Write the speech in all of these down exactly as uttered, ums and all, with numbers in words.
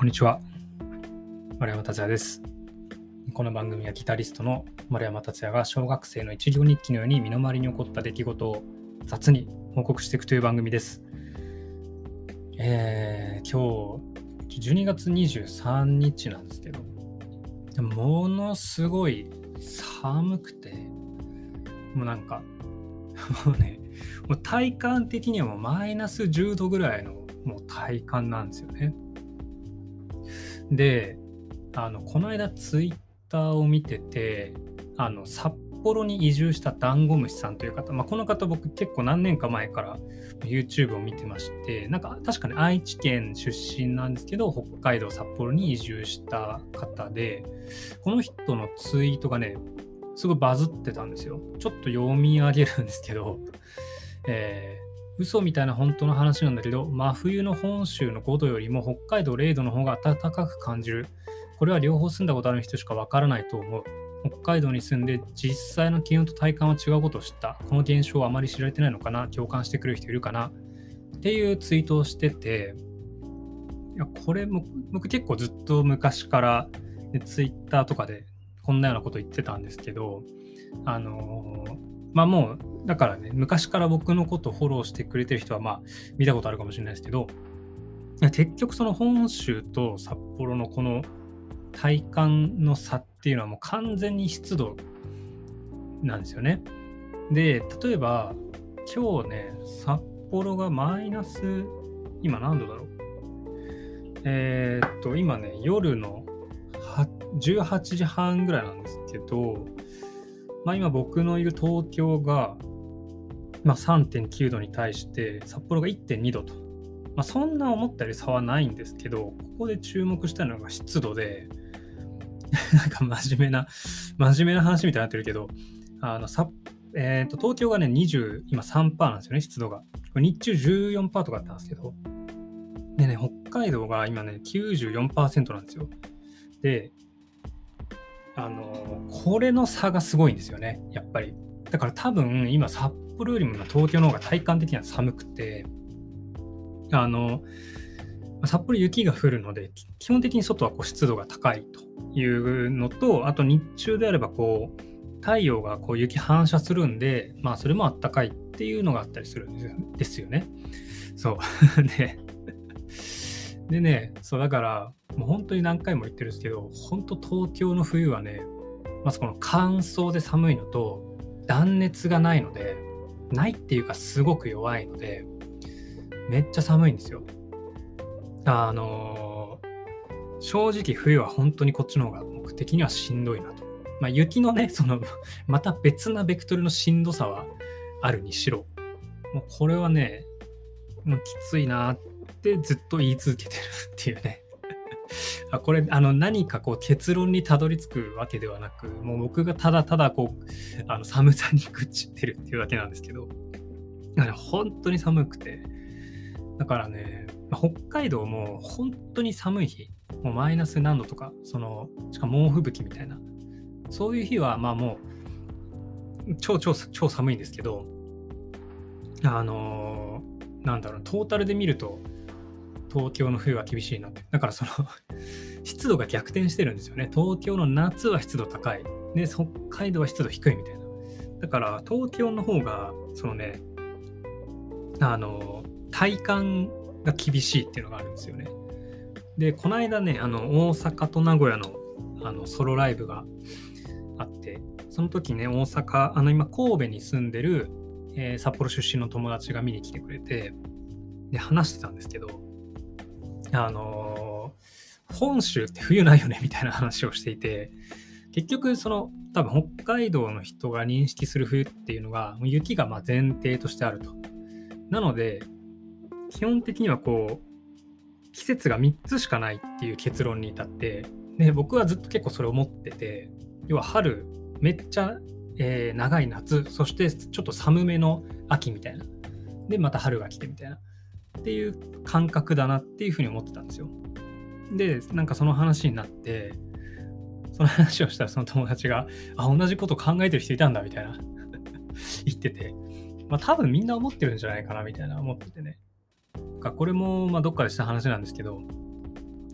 こんにちは。丸山達也です。この番組はギタリストの丸山達也が小学生の一行日記のように身の回りに起こった出来事を雑に報告していくという番組です。えー、今日じゅうにがつにじゅうさんにちなんですけど、ものすごい寒くて、もうなんかもうね、もう体感的にはもうマイナスじゅうどぐらいのもう体感なんですよね。で、あのこの間ツイッターを見てて、あの札幌に移住したダンゴムシさんという方、まあ、この方僕結構何年か前から YouTube を見てまして、なんか確かに愛知県出身なんですけど、北海道札幌に移住した方で、この人のツイートがね、すごいバズってたんですよ。ちょっと読み上げるんですけど、えー嘘みたいな本当の話なんだけど、真冬の本州のごどよりも北海道れいどの方が暖かく感じる。これは両方住んだことある人しかわからないと思う。北海道に住んで実際の気温と体感は違うことを知った。この現象はあまり知られてないのかな、共感してくれる人いるかなっていうツイートをしてて、いやこれも僕結構ずっと昔からツイッターとかでこんなようなこと言ってたんですけど、あのーまあもうだからね、昔から僕のことをフォローしてくれてる人はまあ見たことあるかもしれないですけど、結局その本州と札幌のこの体感の差っていうのはもう完全に湿度なんですよね。で、例えば今日ね、札幌がマイナス、今何度だろう。えー、っと、今ね、夜のじゅうはちじはんぐらいなんですけど、まあ今僕のいる東京が、まあ、さんてんきゅうどに対して札幌が いってんにどと、まあ、そんな思ったより差はないんですけど、ここで注目したのが湿度でなんか真面目な真面目な話みたいになってるけど、あのさ、えー、と東京がねにじゅう今 さんパーセント なんですよね、湿度が。これ日中 じゅうよんパーセント とかあったんですけど、でね、北海道が今ね きゅうじゅうよんパーセント なんですよ。で、あのこれの差がすごいんですよね、やっぱり。だから多分今札幌よりも東京の方が体感的には寒くて、あの札幌雪が降るので基本的に外はこう湿度が高いというのと、あと日中であればこう太陽がこう雪反射するんで、まあそれもあったかいっていうのがあったりするんですよ、ですよね。そうででね、そうだからもう本当に何回も言ってるんですけど、本当東京の冬はね、まずこの乾燥で寒いのと断熱がないので、ないっていうかすごく弱いのでめっちゃ寒いんですよ。あのー、正直冬は本当にこっちの方が僕的にはしんどいなと。まあ雪のね、そのまた別なベクトルのしんどさはあるにしろ、もうこれはね、もうきついなってずっと言い続けてるっていうねあ、これあの何かこう結論にたどり着くわけではなく、もう僕がただただこうあの寒さに愚痴ってるっていうだけなんですけど、だから本当に寒くて、だからね、まあ、北海道も本当に寒い日、もうマイナス何度とか、そのしかも猛吹雪みたいな、そういう日はまあもう超超超寒いんですけど、あのーなんだろう、トータルで見ると東京の冬は厳しいなって。だからその湿度が逆転してるんですよね。東京の夏は湿度高い。で、北海道は湿度低いみたいな。だから東京の方が、そのね、あの、体感が厳しいっていうのがあるんですよね。で、この間ね、あの、大阪と名古屋の、あのソロライブがあって、その時ね、大阪、あの今神戸に住んでる、えー札幌出身の友達が見に来てくれて、で、話してたんですけど、あのー本州って冬ないよねみたいな話をしていて、結局その多分北海道の人が認識する冬っていうのがもう雪がまあ前提としてあると。なので基本的にはこう季節がみっつしかないっていう結論に至って、で僕はずっと結構それを思ってて、要は春めっちゃ、えー長い夏、そしてちょっと寒めの秋みたいな、でまた春が来てみたいなっていう感覚だなっていうふうに思ってたんですよ。で、なんかその話になって、その話をしたらその友達が、あ、同じこと考えてる人いたんだみたいな言ってて、まあ多分みんな思ってるんじゃないかなみたいな思っててね。かこれもまあどっかでした話なんですけど、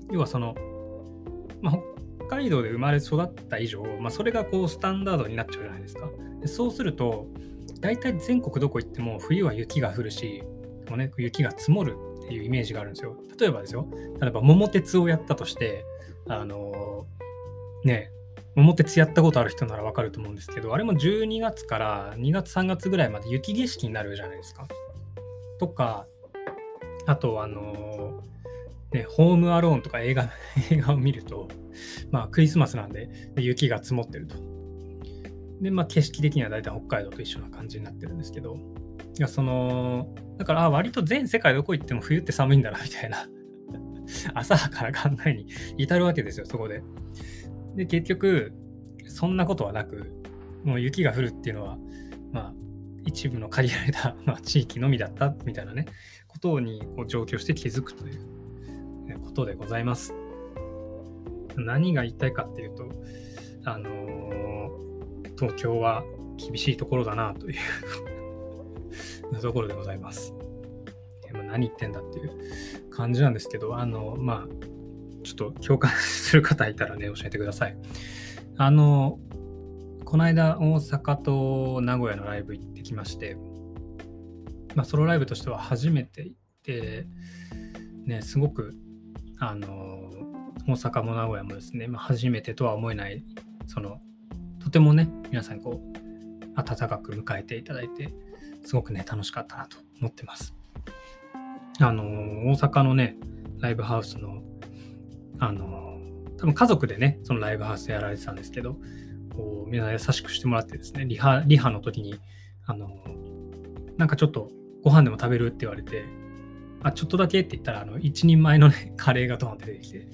要はその、まあ、北海道で生まれ育った以上、まあ、それがこうスタンダードになっちゃうじゃないですか。でそうすると大体全国どこ行っても冬は雪が降るし、もうね、雪が積もるっていうイメージがあるんですよ。例えばですよ、例えば桃鉄をやったとして、あのーね、桃鉄やったことある人ならわかると思うんですけど、あれもじゅうにがつからにがつさんがつぐらいまで雪景色になるじゃないですか。とか、あとあのーね、ホームアローンとか映画映画を見ると、まあクリスマスなんで雪が積もってると。で、まあ景色的には大体北海道と一緒な感じになってるんですけど、いやそのだからあ割と全世界どこ行っても冬って寒いんだなみたいな浅はかな考えに至るわけですよ、そこで。で結局そんなことはなく、もう雪が降るっていうのはまあ一部の限られた、まあ、地域のみだったみたいなねことにこう上京して気づくということでございます。何が言いたいかっていうと、あのー、東京は厳しいところだなというところでございます。何言ってんだっていう感じなんですけど、あのまあちょっと共感する方いたらね教えてください。あのこの間大阪と名古屋のライブ行ってきまして、まあソロライブとしては初めて行ってね、すごくあの大阪も名古屋もですね、まあ、初めてとは思えないそのとてもね皆さんこう温かく迎えていただいてすごくね楽しかったなと思ってます。あの大阪のねライブハウスのあの多分家族でねそのライブハウスやられてたんですけど、こう皆さん優しくしてもらってですね、リハリハの時にあのなんかちょっとご飯でも食べるって言われて、あちょっとだけって言ったらあの一人前のねカレーがドーンって出てきて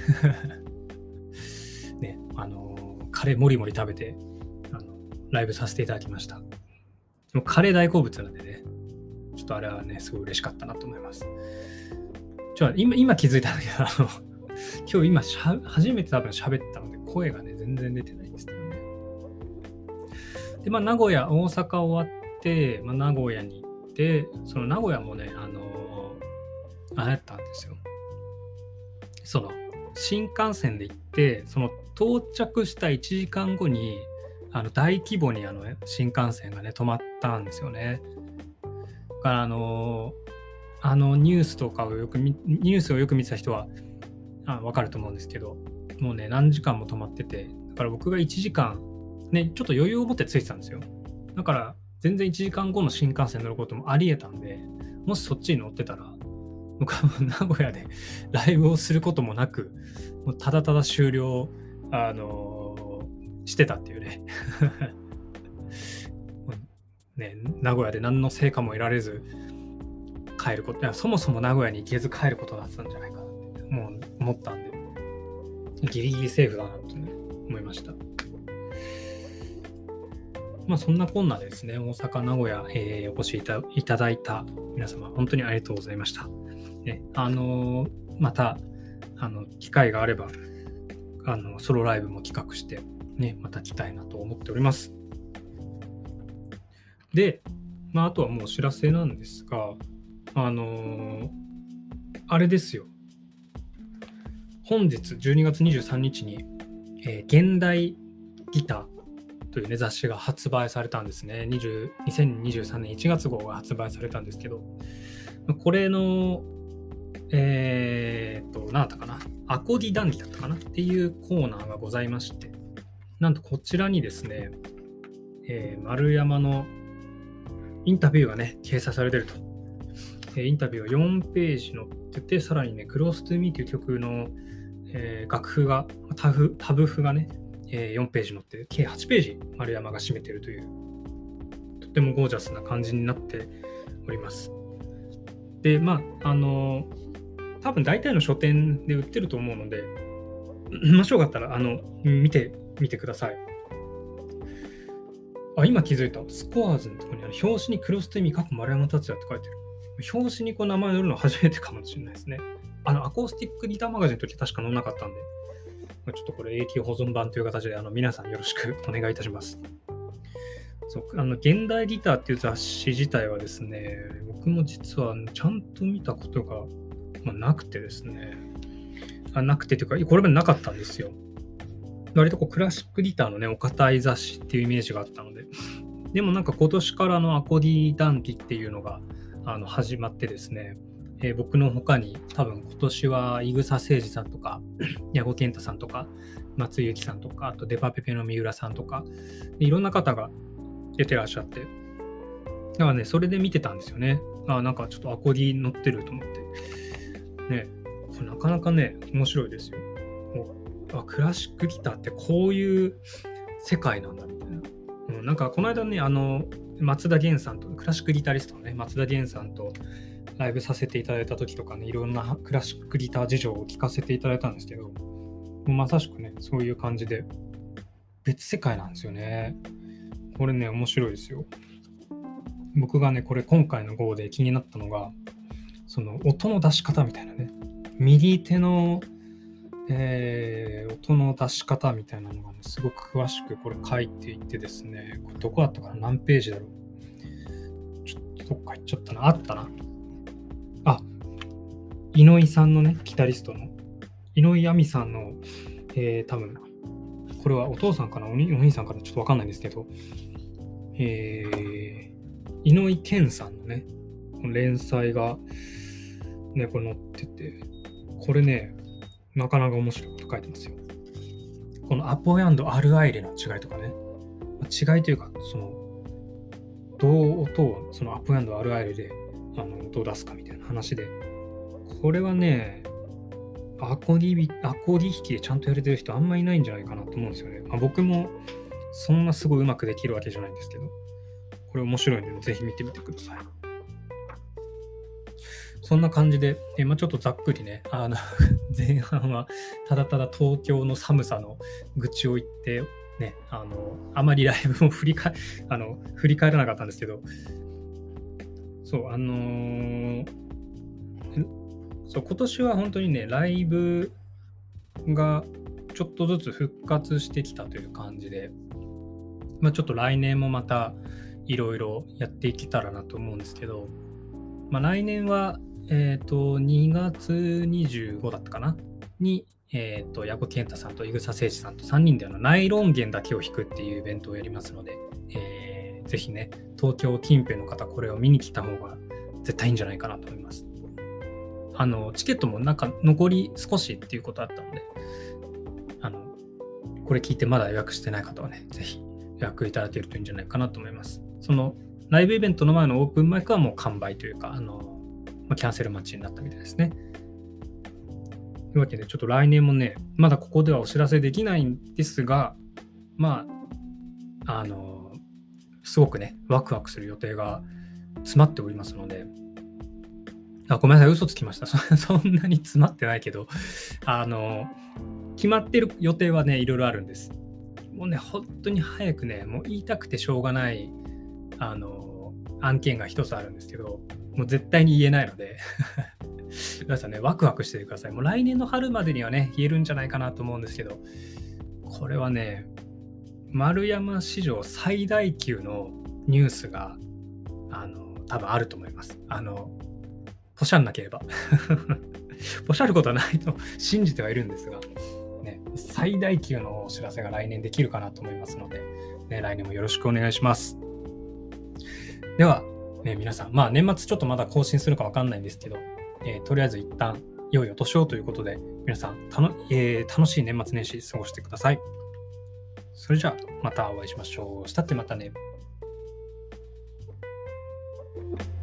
ねあのカレーもりもり食べてあのライブさせていただきました。でもカレー大好物なんでね、ちょっとあれはねすごい嬉しかったなと思います。ちょ今今気づいたんだけど、あの今日今しゃ初めて多分喋ったので声がね全然出てないんですけどね。でまあ名古屋大阪終わって、まあ、名古屋に行って、その名古屋もねあのあれやったんですよ。その新幹線で行ってその到着したいちじかんごにあの大規模にあの新幹線がね止まったんですよね。だからあのあのニュースとかをよくニュースをよく見てた人はあ分かると思うんですけど、もうね何時間も止まってて、だから僕がいちじかんねちょっと余裕を持ってついてたんですよ。だから全然いちじかんごの新幹線乗ることもありえたんで、もしそっちに乗ってたら僕は名古屋でライブをすることもなく、もうただただ終了、あのー、してたっていうねね名古屋で何の成果も得られず帰ること、いやそもそも名古屋に行けず帰ることだったんじゃないかなってもう思ったんで、ギリギリセーフだなと、ね、思いました。まあそんなこんなですね、大阪名古屋、えー、お越しい た, いただいた皆様本当にありがとうございました。ね、あのー、またあの機会があればあのソロライブも企画してねまた来たいなと思っております。で、まああとはもうお知らせなんですが、あのー、あれですよ。本日じゅうにがつにじゅうさんにちに、えー、現代ギターというね雑誌が発売されたんですね。にせんにじゅうさんねんいちがつ号が発売されたんですけど、これのえー、っと何だったかな、アコギ談義だったかなっていうコーナーがございまして、なんとこちらにですね、えー、丸山のインタビューがね掲載されてると、えー、インタビューがよんページ載ってて、さらにねクロストゥーミーという曲の、えー、楽譜がタブタブ譜がね、えー、よんページ載って計はちページ丸山が占めているという、とてもゴージャスな感じになっております。でまああのー多分大体の書店で売ってると思うので、もしよかったらあの見てみてください。あ、今気づいた。スコアーズのところにあの表紙にクロストゥーミー過去丸山達也って書いてる。表紙にこう名前載るの初めてかもしれないですね。あのアコースティックギターマガジンの時は確か載んなかったんで、ちょっとこれ永久保存版という形であの皆さんよろしくお願いいたします。そうあの現代ギターっていう雑誌自体はですね、僕も実はちゃんと見たことがなくてですね、 あなくてというか、これまでなかったんですよ。割とこうクラシックギターのね、お堅い雑誌っていうイメージがあったので。でもなんか今年からのアコギ談義っていうのがあの始まってですね、えー僕の他に多分今年は井草誠司さんとか、矢後健太さんとか、松井由紀さんとか、あとデパペペの三浦さんとか、いろんな方が出てらっしゃって、だからね、それで見てたんですよね。あ、なんかちょっとアコギ乗ってると思って。ね、これなかなかね、面白いですよ。もうあ、クラシックギターってこういう世界なんだみたいな。うん、なんかこの間ね、あの、松田源さんと、クラシックギタリストのね、松田源さんとライブさせていただいた時とかね、いろんなクラシックギター事情を聞かせていただいたんですけど、もうまさしくね、そういう感じで、別世界なんですよね。これね、面白いですよ。僕がね、これ今回の号で気になったのが、その音の出し方みたいなね、右手の、えー音の出し方みたいなのがね、すごく詳しくこれ書いていてですね、これどこだったかな、何ページだろう。ちょっとどっか行っちゃったな、あったな。あ、井上さんのね、ギタリストの、井上亜美さんの、えー多分、これはお父さんかな、お兄お兄さんかな、ちょっとわかんないんですけど、えー、井上健さんのね、連載が、ね、これ載ってて、これね、なかなか面白いこと書いてますよ。このアポ&アルアイレの違いとかね、違いというか、その、どう音をそのアポ&アルアイレであの音を出すかみたいな話で、これはね、アコギビアコギ弾きでちゃんとやれてる人あんまいないんじゃないかなと思うんですよね。まあ、僕もそんなすごいうまくできるわけじゃないんですけど、これ面白いのでぜひ見てみてください。そんな感じで、えまあ、ちょっとざっくりね、あの前半はただただ東京の寒さの愚痴を言って、ね、あのあまりライブも振り返あの振り返らなかったんですけど、そう、あのーそう今年は本当にね、ライブがちょっとずつ復活してきたという感じで、まあ、ちょっと来年もまたいろいろやっていけたらなと思うんですけど、まあ、来年は、えっ、と、にがつにじゅうごだったかなに、えっ、と、矢後健太さんと井草誠司さんとさんにんであのナイロン弦だけを弾くっていうイベントをやりますので、えーぜひね、東京近辺の方、これを見に来た方が絶対いいんじゃないかなと思います。あの、チケットもなんか残り少しっていうことだったので、あの、これ聞いてまだ予約してない方はね、ぜひ予約いただけるといいんじゃないかなと思います。そのライブイベントの前のオープンマイクはもう完売というか、あの、まあ、キャンセル待ちになったみたいですね。というわけで、ちょっと来年もね、まだここではお知らせできないんですが、まあ、あの、すごくね、ワクワクする予定が詰まっておりますので、あ、ごめんなさい、嘘つきました。そそんなに詰まってないけど、あの、決まってる予定はね、いろいろあるんです。もうね、本当に早くね、もう言いたくてしょうがない、あの、案件が一つあるんですけど、もう絶対に言えないので、皆さんね、ワクワクしててください。もう来年の春までにはね、言えるんじゃないかなと思うんですけど、これはね、丸山史上最大級のニュースが、あの、多分あると思います。あの、ポシャんなければ。ポシャることはないと信じてはいるんですが、ね、最大級のお知らせが来年できるかなと思いますので、ね、来年もよろしくお願いします。では、ね、皆さん、まあ年末ちょっとまだ更新するかわかんないんですけど、えーとりあえず一旦良いお年をということで、皆さんたの、えー楽しい年末年始過ごしてください。それじゃあまたお会いしましょう。したってまたね。